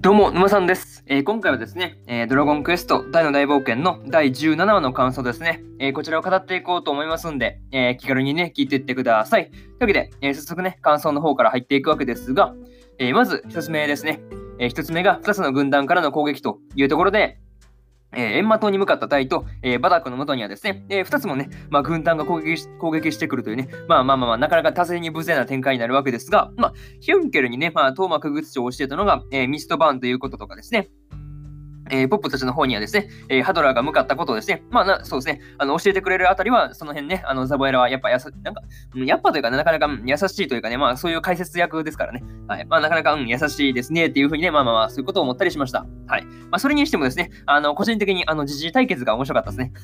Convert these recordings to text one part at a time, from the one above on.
どうも、沼さんです。今回はですね、ドラゴンクエスト大の大冒険の第17話の感想ですね。こちらを語っていこうと思いますんで、気軽にね、聞いていってください。というわけで、早速ね、感想の方から入っていくわけですが、まず一つ目ですね。一つ目が2つの軍団からの攻撃というところで、エンマ島に向かった隊と、バダックの元にはですね、2つもね、軍団が攻撃してくるというね、なかなか多勢に無勢な展開になるわけですが、ヒュンケルにね、トーマクグツ長を教えたのが、ミストバーンということとかですね、ポップたちの方にはですね、ハドラーが向かったことをですね、そうですね、教えてくれるあたりは、その辺ね、ザボエラはやっぱやっぱというか、ね、なかなか優しいというかね、そういう解説役ですからね、はい、なかなか、優しいですねっていうふうにね、そういうことを思ったりしました。はい。それにしてもですね、個人的に、時事対決が面白かったですね。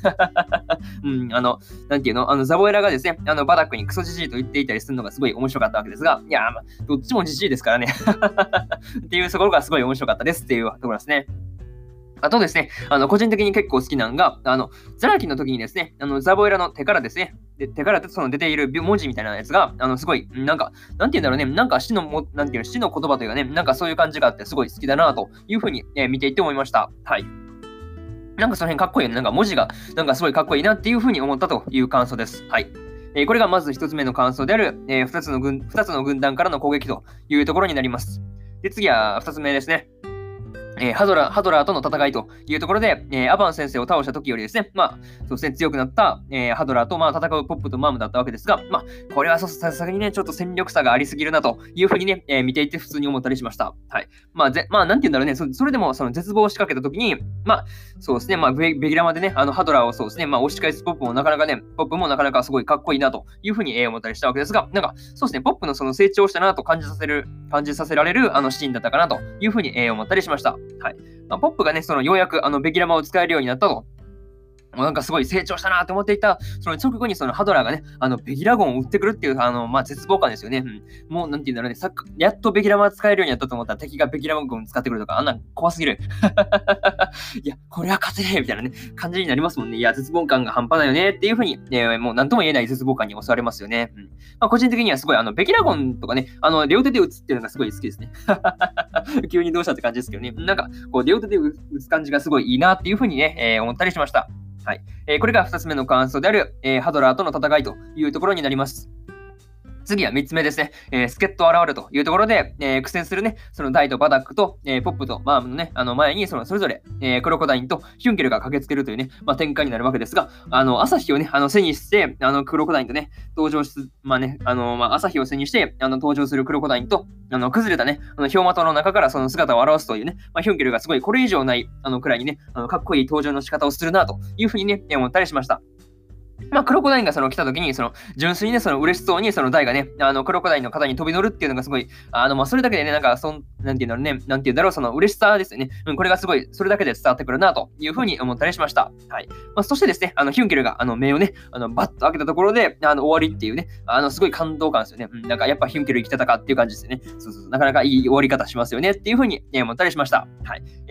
なんていうの、ザボエラがですね、バダックにクソジジイと言っていたりするのがすごい面白かったわけですが、いや、どっちもジジイですからね。っていうところがすごい面白かったですっていうところですね。あとですね、個人的に結構好きなのが、ザラキの時にですね、ザボエラの手からですね、手からその出ている文字みたいなやつが、すごい、なんて言うんだろうね、死の言葉というかね、そういう感じがあって、すごい好きだなというふうに、見ていて思いました。はい。その辺かっこいいよね。文字が、すごいかっこいいなっていうふうに思ったという感想です。はい。これがまず一つ目の感想である、2つの軍団からの攻撃というところになります。で、次は2つ目ですね。ハドラーとの戦いというところで、アバン先生を倒した時よりですね、そうですね、強くなった、ハドラーと戦うポップとマームだったわけですが、これはさすがにね、ちょっと戦力差がありすぎるなというふうにね、見ていて普通に思ったりしました。はい。なんて言うんだろうね、それでもその絶望を仕掛けた時に、そうですね、ベギラマでね、ハドラーをそうですね、押し返すポップもなかなかすごいかっこいいなというふうに、思ったりしたわけですが、そうですね、ポップのその成長したなと感じさせられるシーンだったかなというふうに、思ったりしました。はい。ポップがね、ようやくベギラマを使えるようになったと。すごい成長したなと思っていた、その直後にそのハドラーがね、ベギラゴンを撃ってくるっていう、絶望感ですよね。もう、なんて言うんだろうね、やっとベギラマ使えるようになったと思ったら敵がベギラゴン使ってくるとか、あんなん怖すぎる。いや、これは勝てねえみたいなね、感じになりますもんね。いや、絶望感が半端ないよねっていうふうに、もう何とも言えない絶望感に襲われますよね。個人的にはすごい、ベギラゴンとかね、両手で撃つっていうのがすごい好きですね。急にどうしたって感じですけどね。両手で撃つ感じがすごいいいなっていうふうにね、思ったりしました。はい。これが2つ目の感想である、ハドラーとの戦いというところになります。次は3つ目ですね。助っ人現るというところで、苦戦するね、そのダイとバダックと、ポップとマームのね、前にそれぞれ、クロコダインとヒュンケルが駆けつけるというね、展開になるわけですが、朝日をね、背にして、クロコダインとね、登場す、朝日を背にして、登場するクロコダインと、崩れたね、氷的の中からその姿を現すというね、ヒュンケルがすごいこれ以上ない、くらいにね、かっこいい登場の仕方をするなというふうにね、思ったりしました。クロコダインが来た時に、純粋にね、嬉しそうに、ダイがね、クロコダインの肩に飛び乗るっていうのがすごい、それだけでね、なんていうんだろうね、なんていうんだろう、嬉しさですよね。これがすごい、それだけで伝わってくるな、というふうに思ったりしました。はい。そしてですね、ヒュンケルが、目をね、バッと開けたところで、終わりっていうね、すごい感動感ですよね。やっぱヒュンケル生きてたかっていう感じですよね。そう、なかなかいい終わり方しますよね、っていうふうに、思ったりしました。はい。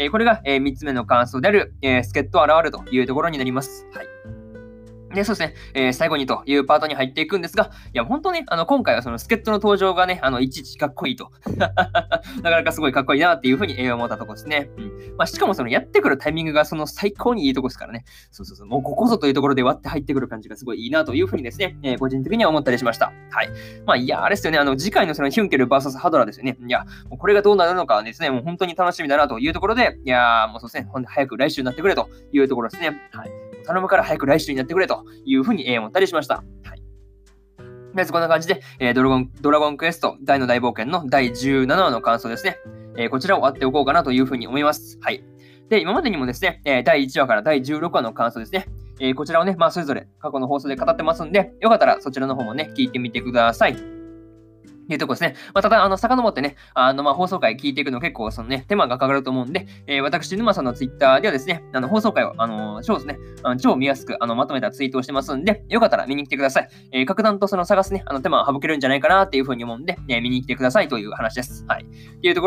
これが、3つ目の感想である、助っ人現るというところになります。はい。で、そうですね、最後にというパートに入っていくんですが、いや、本当ね、今回はその助っ人の登場がね、いちいちかっこいいと。なかなかすごいかっこいいなっていうふうに思ったところですね。しかもやってくるタイミングが最高にいいとこですからね。そう、もうここぞというところで割って入ってくる感じがすごいいいなというふうにですね、個人的には思ったりしました。はい。いや、あれですよね、次回のヒュンケル VS ハドラーですよね。いや、もうこれがどうなるのかですね、もう本当に楽しみだなというところで、いや、もうそうですね、早く来週になってくれというところですね。はい。頼むから早く来週になってくれというふうに思ったりしました。はい。まずこんな感じで、ドラゴンクエスト大の大冒険の第17話の感想ですね。こちらを終わっておこうかなというふうに思います。はい。で、今までにもですね、第1話から第16話の感想ですね。こちらをね、それぞれ過去の放送で語ってますんで、よかったらそちらの方もね、聞いてみてください。っていうところですね。ただ、遡ってね、放送回聞いていくの結構、手間がかかると思うんで、私、沼さんのツイッターではですね、放送回を、超ですね、超見やすく、まとめたツイートをしてますんで、よかったら見に来てください。格段と探すね、手間を省けるんじゃないかなっていうふうに思うんで、見に来てくださいという話です。はい。っていうところと、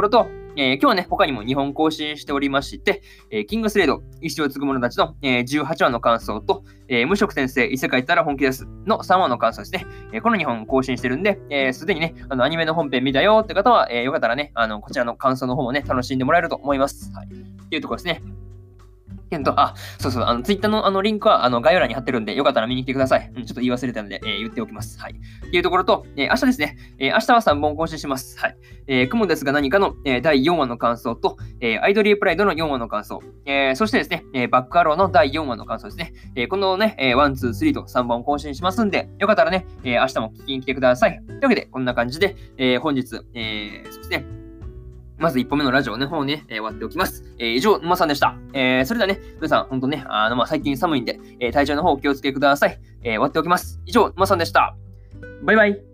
今日はね、他にも2本更新しておりまして、キングスレイド、一生継ぐ者たちの、18話の感想と、無職転生、異世界行ったら本気ですの3話の感想ですね。この2本更新してるんで、すでにね、アニメの本編見たよって方は、よかったらね、こちらの感想の方もね、楽しんでもらえると思います。はい。っていうところですね。そうそう、ツイッターのリンクは概要欄に貼ってるんで、よかったら見に来てください。ちょっと言い忘れたので、言っておきます。はい。っていうところと、明日ですね、明日は3本更新します。はい。雲ですが何かの、第4話の感想と、アイドリープライドの4話の感想、そしてですね、バックアローの第4話の感想ですね。このね、1、2、3と3本更新しますんで、よかったらね、明日も聞きに来てください。というわけで、こんな感じで、本日、そうですね、まず1本目のラジオの方をね、終わっておきます。以上、沼さんでした。それではね、皆さん、ほんとね、最近寒いんで、体調の方お気をつけください。終わっておきます。以上、沼さんでした。バイバイ。